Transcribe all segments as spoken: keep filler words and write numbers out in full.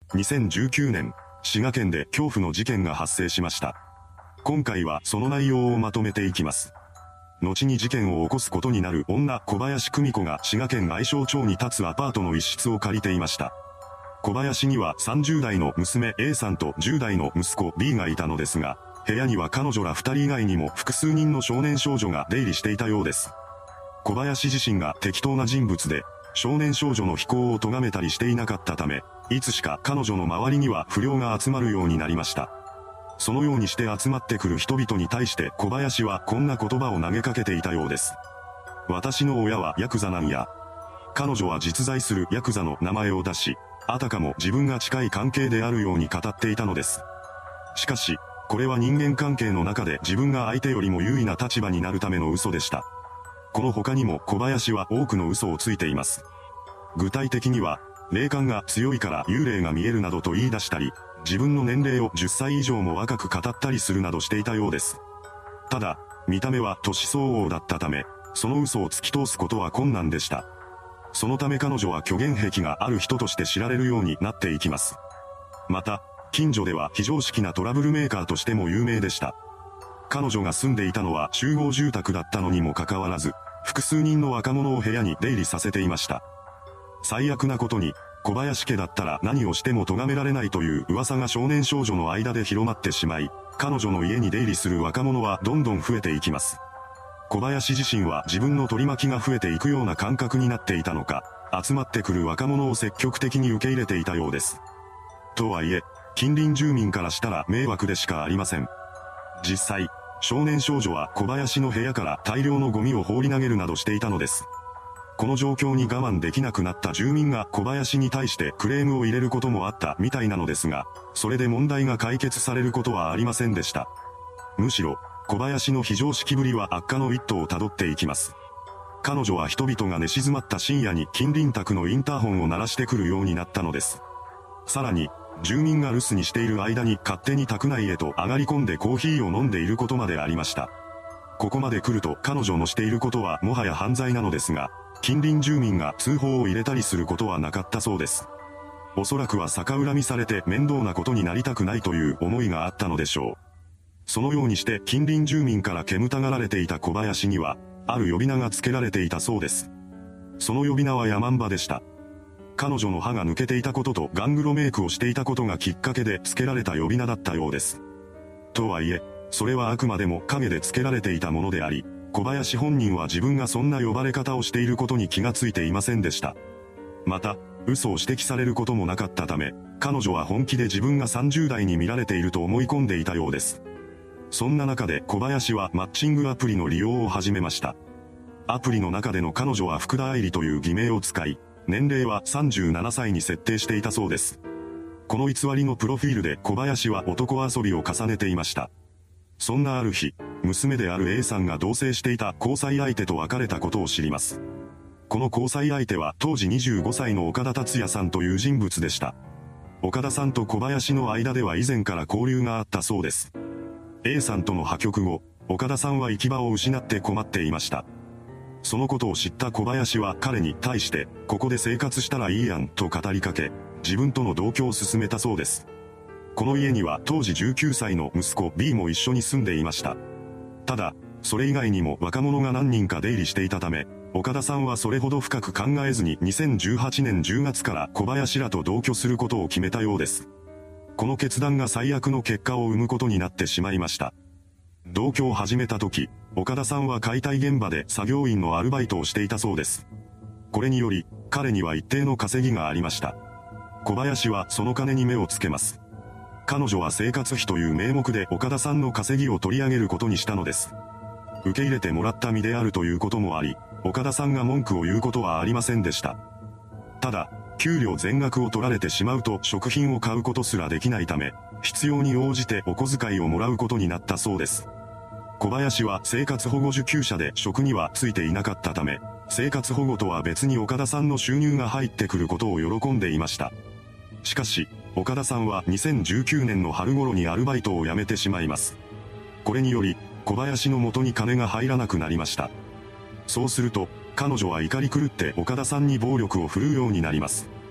にせんじゅうきゅうねん、滋賀県で恐怖の事件が発生しました。今回はその内容をまとめていきます。後に事件を起こすことになる女小林久美子が滋賀県愛荘町に建つアパートの一室を借りていました。小林にはさんじゅうだいの娘 A さんとじゅうだいの息子 B がいたのですが、部屋には彼女らふたり以外にも複数人の少年少女が出入りしていたようです。小林自身が適当な人物で、少年少女の非行を咎めたりしていなかったため、いつしか彼女の周りには不良が集まるようになりました。そのようにして集まってくる人々に対して小林はこんな言葉を投げかけていたようです。私の親はヤクザなんや。彼女は実在するヤクザの名前を出し、あたかも自分が近い関係であるように語っていたのです。しかし、これは人間関係の中で自分が相手よりも優位な立場になるための嘘でした。この他にも小林は多くの嘘をついています。具体的には、霊感が強いから幽霊が見えるなどと言い出したり、自分の年齢をじゅっさい以上も若く語ったりするなどしていたようです。ただ、見た目は年相応だったため、その嘘を突き通すことは困難でした。そのため彼女は虚言癖がある人として知られるようになっていきます。また、近所では非常識なトラブルメーカーとしても有名でした。彼女が住んでいたのは集合住宅だったのにもかかわらず、複数人の若者を部屋に出入りさせていました。最悪なことに、小林家だったら何をしても咎められないという噂が少年少女の間で広まってしまい、彼女の家に出入りする若者はどんどん増えていきます。小林自身は自分の取り巻きが増えていくような感覚になっていたのか、集まってくる若者を積極的に受け入れていたようです。とはいえ、近隣住民からしたら迷惑でしかありません。実際、少年少女は小林の部屋から大量のゴミを放り投げるなどしていたのです。この状況に我慢できなくなった住民が小林に対してクレームを入れることもあったみたいなのですが、それで問題が解決されることはありませんでした。むしろ、小林の非常識ぶりは悪化の一途をたどっていきます。彼女は人々が寝静まった深夜に近隣宅のインターホンを鳴らしてくるようになったのです。さらに、住民が留守にしている間に勝手に宅内へと上がり込んでコーヒーを飲んでいることまでありました。ここまで来ると彼女のしていることはもはや犯罪なのですが、近隣住民が通報を入れたりすることはなかったそうです。おそらくは逆恨みされて面倒なことになりたくないという思いがあったのでしょう。そのようにして近隣住民から煙たがられていた小林には、ある呼び名が付けられていたそうです。その呼び名はヤマンバでした。彼女の歯が抜けていたこととガングロメイクをしていたことがきっかけで付けられた呼び名だったようです。とはいえ、それはあくまでも影で付けられていたものであり、小林本人は自分がそんな呼ばれ方をしていることに気がついていませんでした。また、嘘を指摘されることもなかったため、彼女は本気で自分がさんじゅうだいに見られていると思い込んでいたようです。そんな中で小林はマッチングアプリの利用を始めました。アプリの中での彼女は福田愛理という偽名を使い、年齢はさんじゅうななさいに設定していたそうです。この偽りのプロフィールで小林は男遊びを重ねていました。そんなある日、娘である A さんが同棲していた交際相手と別れたことを知ります。この交際相手は当時にじゅうごさいの岡田達也さんという人物でした。岡田さんと小林の間では以前から交流があったそうです。A さんとの破局後、岡田さんは行き場を失って困っていました。そのことを知った小林は彼に対して、ここで生活したらいいやんと語りかけ、自分との同居を進めたそうです。この家には当時じゅうきゅうさいの息子 B も一緒に住んでいました。ただ、それ以外にも若者が何人か出入りしていたため、岡田さんはそれほど深く考えずににせんじゅうはちねんじゅうがつから小林らと同居することを決めたようです。この決断が最悪の結果を生むことになってしまいました。同居を始めた時、岡田さんは解体現場で作業員のアルバイトをしていたそうです。これにより、彼には一定の稼ぎがありました。小林はその金に目をつけます。彼女は生活費という名目で岡田さんの稼ぎを取り上げることにしたのです。受け入れてもらった身であるということもあり、岡田さんが文句を言うことはありませんでした。ただ、給料全額を取られてしまうと食品を買うことすらできないため、必要に応じてお小遣いをもらうことになったそうです。小林は生活保護受給者で職にはついていなかったため、生活保護とは別に岡田さんの収入が入ってくることを喜んでいました。しかし、岡田さんはにせんじゅうきゅうねんの春頃にアルバイトを辞めてしまいます。これにより、小林の元に金が入らなくなりました。そうすると、彼女は怒り狂って岡田さんに暴力を振るうようになります。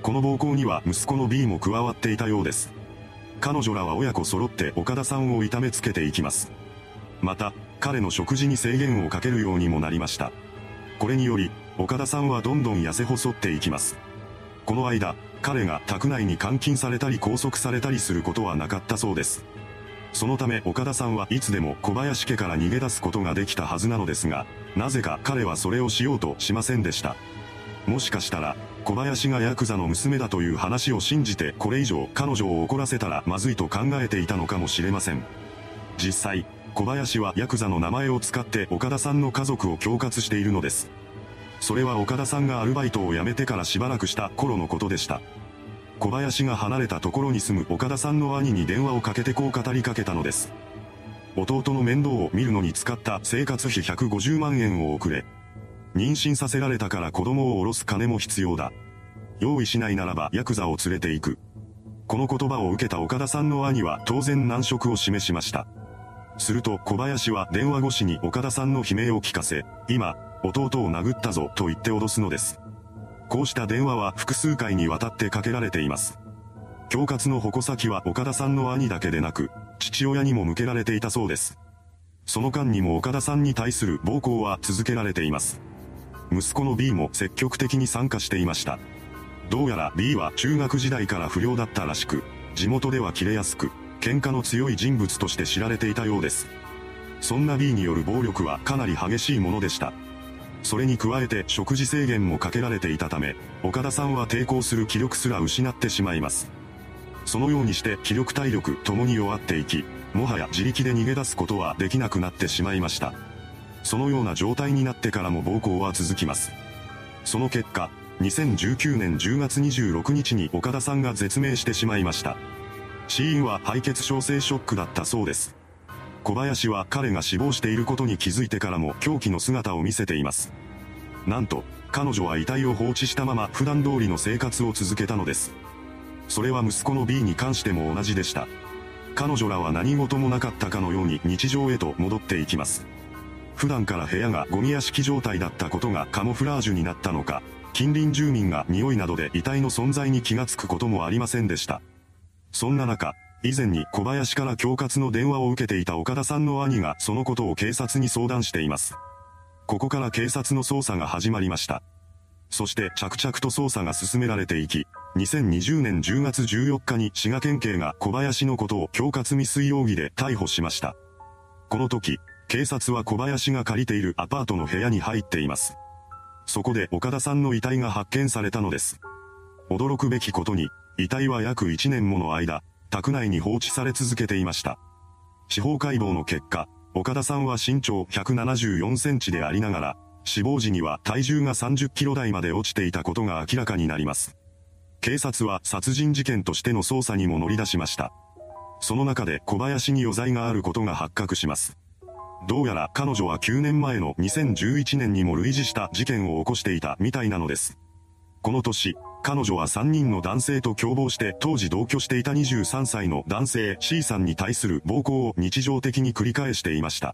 この暴行には息子の B も加わっていたようです。彼女らは親子揃って岡田さんを痛めつけていきます。また、彼の食事に制限をかけるようにもなりました。これにより、岡田さんはどんどん痩せ細っていきます。この間、彼が宅内に監禁されたり拘束されたりすることはなかったそうです。そのため岡田さんはいつでも小林家から逃げ出すことができたはずなのですが、なぜか彼はそれをしようとしませんでした。もしかしたら、小林がヤクザの娘だという話を信じてこれ以上彼女を怒らせたらまずいと考えていたのかもしれません。実際、小林はヤクザの名前を使って岡田さんの家族を恐喝しているのです。それは岡田さんがアルバイトを辞めてからしばらくした頃のことでした。小林が離れたところに住む岡田さんの兄に電話をかけてこう語りかけたのです。弟の面倒を見るのに使った生活費ひゃくごじゅうまんえんを送れ。妊娠させられたから子供を下ろす金も必要だ。用意しないならばヤクザを連れて行く。この言葉を受けた岡田さんの兄は当然難色を示しました。すると小林は電話越しに岡田さんの悲鳴を聞かせ、今、弟を殴ったぞと言って脅すのです。こうした電話は複数回にわたってかけられています。恐喝の矛先は岡田さんの兄だけでなく、父親にも向けられていたそうです。その間にも岡田さんに対する暴行は続けられています。息子の B も積極的に参加していました。どうやら B は中学時代から不良だったらしく、地元ではキレやすく、喧嘩の強い人物として知られていたようです。そんな B による暴力はかなり激しいものでした。それに加えて食事制限もかけられていたため、岡田さんは抵抗する気力すら失ってしまいます。そのようにして気力体力ともに弱っていき、もはや自力で逃げ出すことはできなくなってしまいました。そのような状態になってからも暴行は続きます。その結果、にせんじゅうきゅうねんじゅうがつにじゅうろくにちに岡田さんが絶命してしまいました。死因は敗血症性ショックだったそうです。小林は彼が死亡していることに気づいてからも狂気の姿を見せています。なんと、彼女は遺体を放置したまま普段通りの生活を続けたのです。それは息子の B に関しても同じでした。彼女らは何事もなかったかのように日常へと戻っていきます。普段から部屋がゴミ屋敷状態だったことがカモフラージュになったのか、近隣住民が匂いなどで遺体の存在に気がつくこともありませんでした。そんな中、以前に小林から恐喝の電話を受けていた岡田さんの兄がそのことを警察に相談しています。ここから警察の捜査が始まりました。そして着々と捜査が進められていき、にせんにじゅうねんじゅうがつじゅうよっかに滋賀県警が小林のことを恐喝未遂容疑で逮捕しました。この時、警察は小林が借りているアパートの部屋に入っています。そこで岡田さんの遺体が発見されたのです。驚くべきことに、遺体は約いちねんもの間、宅内に放置され続けていました。司法解剖の結果、岡田さんは身長ひゃくななじゅうよんセンチでありながら、死亡時には体重がさんじゅっキロ台まで落ちていたことが明らかになります。警察は殺人事件としての捜査にも乗り出しました。その中で小林に余罪があることが発覚します。どうやら彼女はきゅうねんまえのにせんじゅういちねんにも類似した事件を起こしていたみたいなのです。この年、彼女はさんにんの男性と共謀して当時同居していたにじゅうさんさいの男性 C さんに対する暴行を日常的に繰り返していました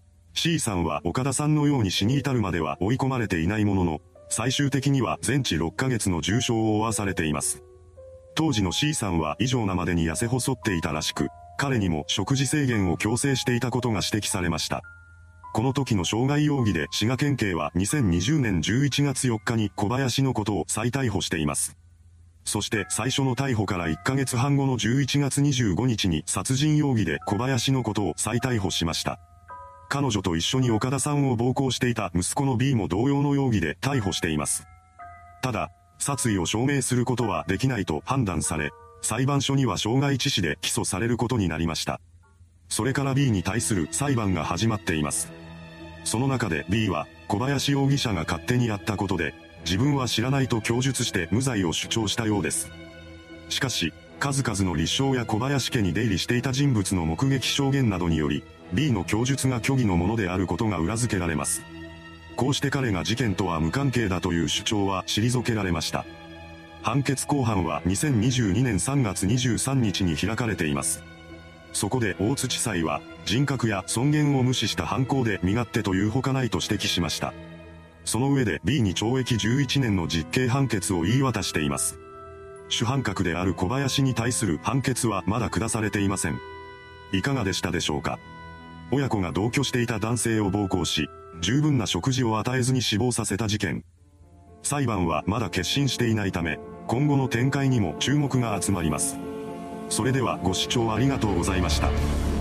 。C さんは岡田さんのように死に至るまでは追い込まれていないものの、最終的には全治ろっかげつの重傷を負わされています。当時の C さんは異常なまでに痩せ細っていたらしく、彼にも食事制限を強制していたことが指摘されました。この時の傷害容疑で滋賀県警はにせんにじゅうねんじゅういちがつよっかに小林のことを再逮捕しています。そして最初の逮捕からいっかげつはん後のじゅういちがつにじゅうごにちに殺人容疑で小林のことを再逮捕しました。彼女と一緒に岡田さんを暴行していた息子の B も同様の容疑で逮捕しています。ただ、殺意を証明することはできないと判断され、裁判所には傷害致死で起訴されることになりました。それから B に対する裁判が始まっています。その中で B は小林容疑者が勝手にやったことで、自分は知らないと供述して無罪を主張したようです。しかし、数々の立証や小林家に出入りしていた人物の目撃証言などにより、B の供述が虚偽のものであることが裏付けられます。こうして彼が事件とは無関係だという主張は退けられました。判決公判はにせんにじゅうにねんさんがつにじゅうさんにちに開かれています。そこで大津地裁は、人格や尊厳を無視した犯行で身勝手というほかないと指摘しました。その上で B に懲役じゅういちねんの実刑判決を言い渡しています。 主犯格である小林に対する判決はまだ下されていません。いかがでしたでしょうか。親子が同居していた男性を暴行し、十分な食事を与えずに死亡させた事件。裁判はまだ結審していないため、今後の展開にも注目が集まります。それではご視聴ありがとうございました。